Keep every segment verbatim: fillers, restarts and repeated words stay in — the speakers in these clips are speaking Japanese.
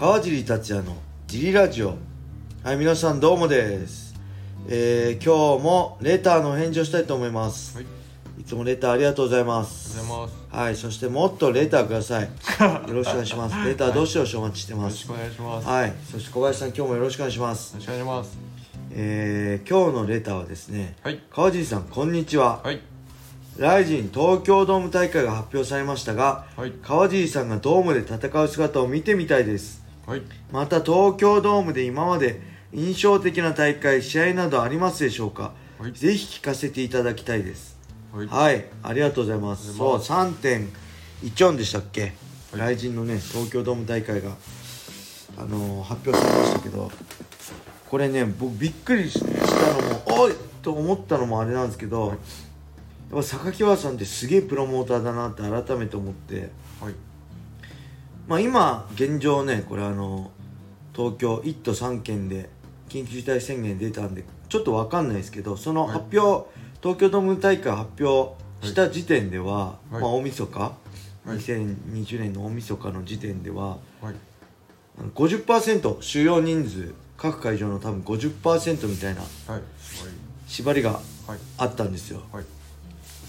川尻達也のジリラジオ。はい、皆さんどうもです。えー、今日もレターの返事をしたいと思います、はい、いつもレターありがとうございます。 ありがとうございます。 はい、そしてもっとレターくださいよろしくお願いしますレターどうしようしお待ちしてます、 はい、よろしくお願いします。 はい、そして小林さん今日もよろしくお願いします。 よろしくお願いします。 えー、今日のレターはですね、 はい、 川尻さんこんにちは。 はい、 ライジン東京ドーム大会が発表されましたが、はい、川尻さんがドームで戦う姿を見てみたいです、はい、また東京ドームで今まで印象的な大会試合などありますでしょうか、はい、ぜひ聞かせていただきたいです。はい、はい、ありがとうございます。そう さんてんいちよん でしたっけ、はい、ライジンのね東京ドーム大会が、あのー、発表されましたけど、これね僕びっくりしたのもおいと思ったのもあれなんですけど、はい、やっぱ榊原さんってすげえプロモーターだなって改めて思って、はい、まあ今現状ねこれあの東京いっ都さん県で緊急事態宣言出たんでちょっと分かんないですけど、その発表、はい、東京ドーム大会発表した時点では、はい、まあ大晦日、はい、にせんにじゅうねんの大晦日の時点では、はい、ごじゅっパーセント 収容人数各会場の多分 ごじゅっパーセント みたいな縛りがあったんですよ、はいはい、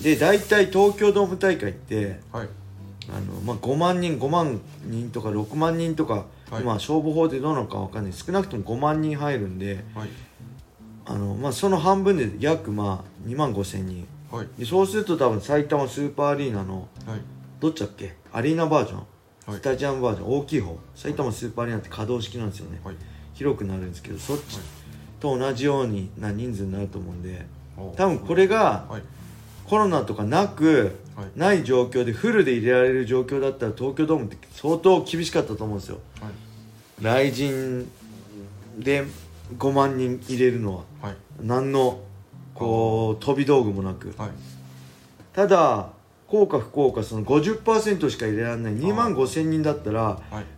で大体東京ドーム大会って、はい、あのまあ、ごまんにんごまんにんとかろくまんにんとか、はい、まあ消防法でどうなのか分かんない、少なくともごまんにん入るんで、はい、あのまあ、その半分で約まあにまんごせんにん、はい、でそうすると多分埼玉スーパーアリーナの、はい、どっちだっけアリーナバージョン、はい、スタジアムバージョン大きい方、埼玉スーパーアリーナって可動式なんですよね、はい、広くなるんですけどそっちと同じようにな人数になると思うんで、多分これがコロナとかなくない状況でフルで入れられる状況だったら東京ドームって相当厳しかったと思うんですよ、はい、来人でごまんにん入れるのは、はい、何のこう飛び道具もなく、はい、ただ効果不効果その ごじゅっパーセント しか入れられないにまんごせんにんだったら、はい、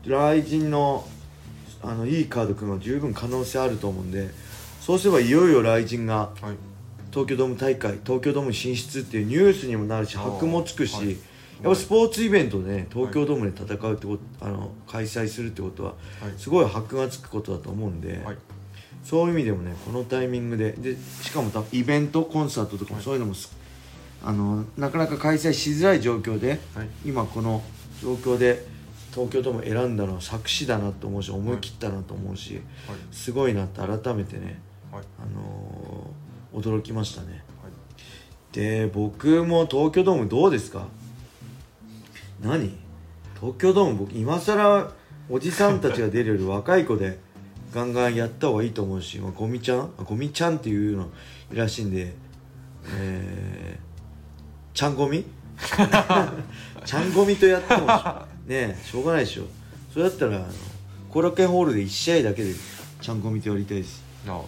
来人のあのいいカード組むのは十分可能性あると思うんで、そうすればいよいよ来人が東京ドーム大会東京ドーム進出っていうニュースにもなるし箔もつくし、はい、やっぱスポーツイベントで、ね、東京ドームで戦うってこと、はい、あの開催するってことは、はい、すごい箔がつくことだと思うんで、はい、そういう意味でもねこのタイミングで、でしかもイベントコンサートとかもそういうのも、はい、あのなかなか開催しづらい状況で、はい、今この状況で東京ドーム選んだのは作詞だなと思うし思い切ったなと思うし、はい、すごいなって改めてね、はい、あのー、驚きましたね、はい、で僕も東京ドームどうですか。何東京ドーム僕今更おじさんたちが出るより若い子でガンガンやった方がいいと思うし、まあ、ゴミちゃんゴミちゃんっていうのいらしいんで、えー、ちゃんゴミちゃんゴミとやってもねえしょうがないでしょ。それだったらあの後楽園ホールでいち試合だけでちゃんゴミとやりたいです。ああ、はい、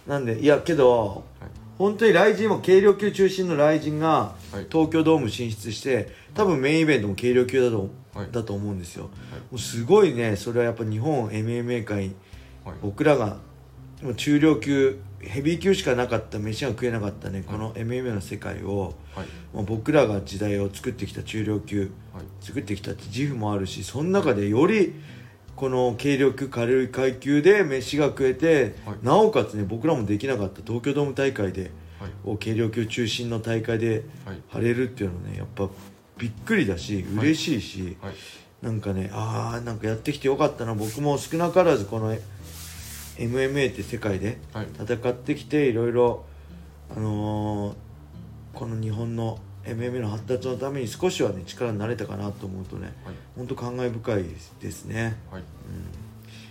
なんでいやけど、はい、本当にライジンも軽量級中心のライジンが東京ドーム進出して、多分メインイベントも軽量級だと、はい、だと思うんですよ、はい、もうすごいね。それはやっぱ日本 エムエムエー 界、はい、僕らがもう中量級ヘビー級しかなかった飯が食えなかったね、はい、この エムエムエー の世界を、はい、まあ、僕らが時代を作ってきた中量級、はい、作ってきたって自負もあるし、その中でよりこの軽量級軽い階級で飯が食えて、はい、なおかつね僕らもできなかった東京ドーム大会で、はい、軽量級中心の大会で張れるっていうのねやっぱびっくりだし嬉しいし、はいはい、なんかねあーなんかやってきてよかったな。僕も少なからずこの エムエムエー って世界で戦ってきていろいろあのー、この日本の エムエムエー の発達のために少しはね力になれたかなと思うとね、はい、本当感慨深いですね、はい、うん、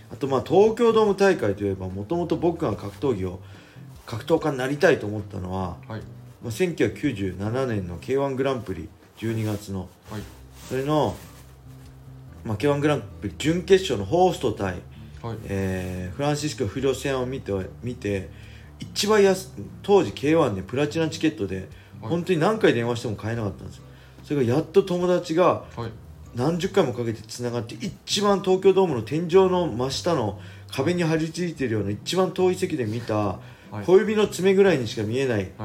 あとまあ東京ドーム大会といえばもともと僕が格闘技を格闘家になりたいと思ったのは、はい、まあ、せんきゅうひゃくきゅうじゅうななねんの ケーワン グランプリじゅうにがつの、はい、それの、まあ、ケーワン グランプリ準決勝のホースト対、はい、えー、フランシスコ不良戦を見て、見て一番安当時 ケーワン でプラチナチケットで本当に何回電話しても買えなかったんですよ。それがやっと友達が何十回もかけてつながって一番東京ドームの天井の真下の壁に張り付いてるような一番遠い席で見た小指の爪ぐらいにしか見えない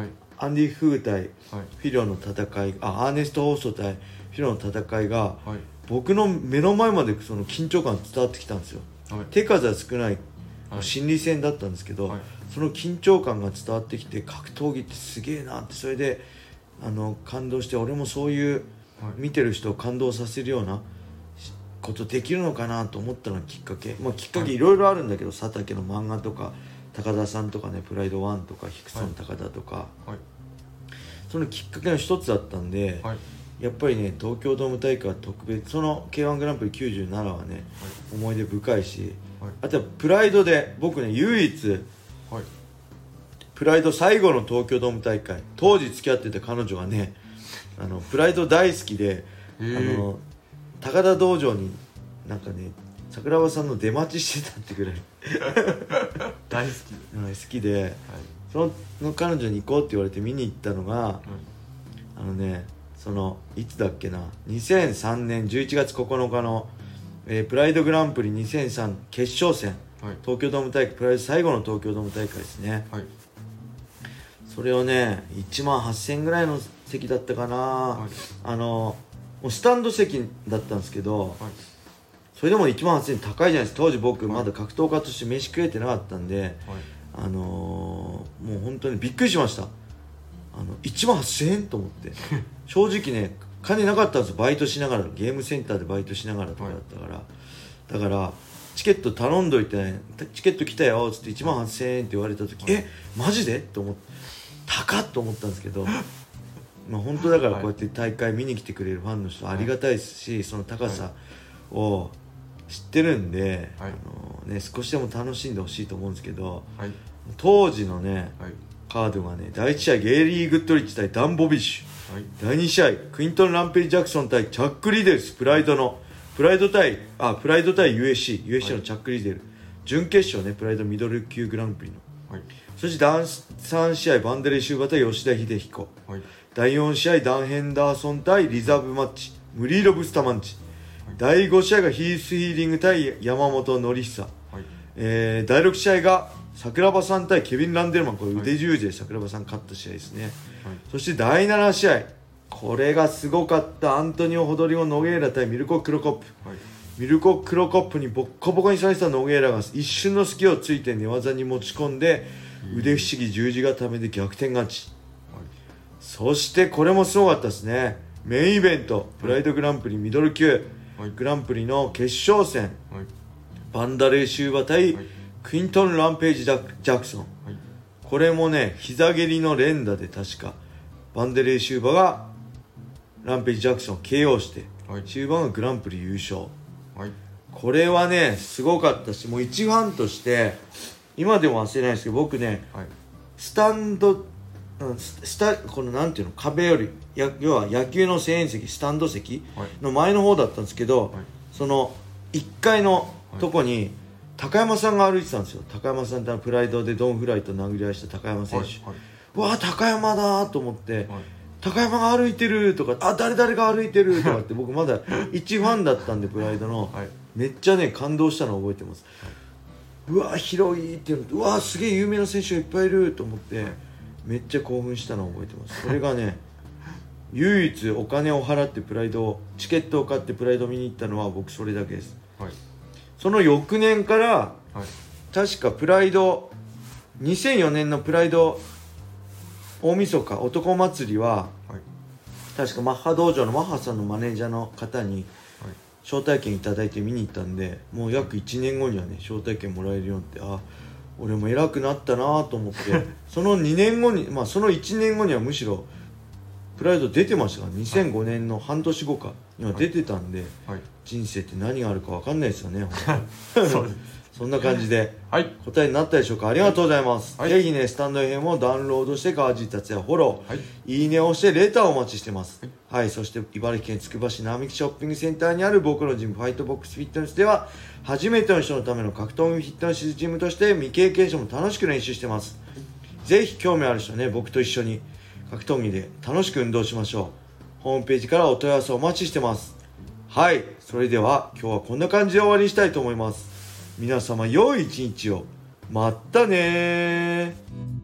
アンディ・フグ対フィロの戦い、あアーネスト・ホースト対フィロの戦いが、はい、僕の目の前までその緊張感伝わってきたんですよ、はい、手数は少ない心理戦だったんですけど、はい、その緊張感が伝わってきて格闘技ってすげえなって、それであの感動して、俺もそういう見てる人を感動させるようなことできるのかなと思ったのがきっかけ、まあ、きっかけいろいろあるんだけど、はい、佐竹の漫画とか高田さんとかね、プライドワンとかヒクソン高田とか、はいはい、そのきっかけの一つだったんで、はい、やっぱりね東京ドーム大会は特別、その ケーワン グランプリきゅうじゅうななはね、はい、思い出深いし、はい、あとはプライドで僕ね唯一、はい、プライド最後の東京ドーム大会、当時付き合ってた彼女がねあのプライド大好きで、あの高田道場になんかね桜庭さんの出待ちしてたってくらい大好きで、はい、好きで、はい、その彼女に行こうって言われて見に行ったのが、はい、あのねそのいつだっけなにせんさんねんじゅういちがつここのかの、えー、プライドグランプリにせんさん決勝戦、はい、東京ドーム大会、プライド最後の東京ドーム大会ですね、はい、それをねいちまんはっせんえんぐらいの席だったかな、はい、あのもうスタンド席だったんですけど、はい、それでもいちまんはっせんえん高いじゃないですか。当時僕まだ格闘家として飯食えてなかったんで、はい、あのー、もう本当にびっくりしました。あのいちまんはっせんえんと思って正直ね金なかったんですよ、バイトしながら、ゲームセンターでバイトしながらとかだったから、はい、だからチケット頼んどいて、ね、チケット来たよっつっていちまんはっせんえんって言われた時、はい、えマジでと思って高っと思ったんですけどまあ本当だからこうやって大会見に来てくれるファンの人ありがたいですし、はい、その高さを知ってるんで、はい、あのね、少しでも楽しんでほしいと思うんですけど、はい、当時のね、はい、カードがね、だいいち試合ゲイリー・グッドリッチ対ダン・ボビッシュ、はい、だいに試合クイントン・ランペリ・ジャクソン対チャック・リデルス、プライドのプライド対あプライド対 ユーエフシー ユーエフシー のチャック・リデル、はい、準決勝ね、プライドミドル級グランプリの、はい、そしてだいさん試合バンデレー・シューバー対吉田秀彦、はい、だいよん試合ダン・ヘンダーソン対リザーブマッチムリーロ・ブスタマンチ、はい、だいご試合がヒース・ヒーリング対山本典久、はい、えー、だいろく試合が桜庭さん対ケビン・ランデルマン、これ腕十字で桜庭さん勝った試合ですね、はい、そしてだいなな試合、これがすごかった、アントニオ・ホドリゴ・ノゲーラ対ミルコ・クロコップ、はい、ミルコ・クロコップにボッコボコにされてたノゲーラが一瞬の隙をついて寝技に持ち込んで腕不思議十字固めで逆転勝ち、はい、そしてこれもすごかったですね、メインイベントプライドグランプリミドル級、はい、グランプリの決勝戦、はい、バンダレー・シューバ対、はい、クイントン・ランページ・ジャクソン、はい、これもね膝蹴りの連打で確かバンデレー・シューバがランページ・ジャクソンを ケーオー して、はい、シューバがグランプリ優勝、はい、これはねすごかったし、もう一ファンとして今でも忘れないですけど、僕ね、はい、スタンドスタこのなんていうの壁よりや要は野球の声援席スタンド席の前の方だったんですけど、はい、そのいっかいのとこに、はい、高山さんが歩いてたんですよ。高山さんってプライドでドンフライと殴り合いした高山選手、はいはい、うわ高山だと思って、はい、高山が歩いてるとか、あ誰々が歩いてるとかって僕まだ一ファンだったんでプライドの、はい、めっちゃね感動したのを覚えてます、はい、うわ広いっていうのと、うわすげえ有名な選手がいっぱいいると思って、はい、めっちゃ興奮したのを覚えてます。それがね唯一お金を払ってプライドをチケットを買ってプライドを見に行ったのは僕それだけです、はい、その翌年から、はい、確かプライドにせんよねんのプライド大晦日男祭りは、はい、確かマッハ道場のマッハさんのマネージャーの方に招待券いただいて見に行ったんで、もう約いちねんごにはね招待券もらえるようになって、あ俺も偉くなったなと思ってそのにねんごに、まあそのいちねんごにはむしろプライド出てましたからにせんごねんの半年後かには出てたんで、はいはい、人生って何があるか分かんないですよねそうですそんな感じで、はい、答えになったでしょうか。ありがとうございます、はい、ぜひねスタンド エフエム をダウンロードして川地達也フォロー、はい、いいねを押してレターをお待ちしてます、はい、はい、そして茨城県つくば市並木ショッピングセンターにある僕のジムファイトボックスフィットネスでは初めての人のための格闘技フィットネスジムとして未経験者も楽しく練習してます、はい、ぜひ興味ある人ね僕と一緒に格闘技で楽しく運動しましょう。ホームページからお問い合わせお待ちしてます。はい、それでは今日はこんな感じで終わりにしたいと思います。皆様良い一日を。まったねー。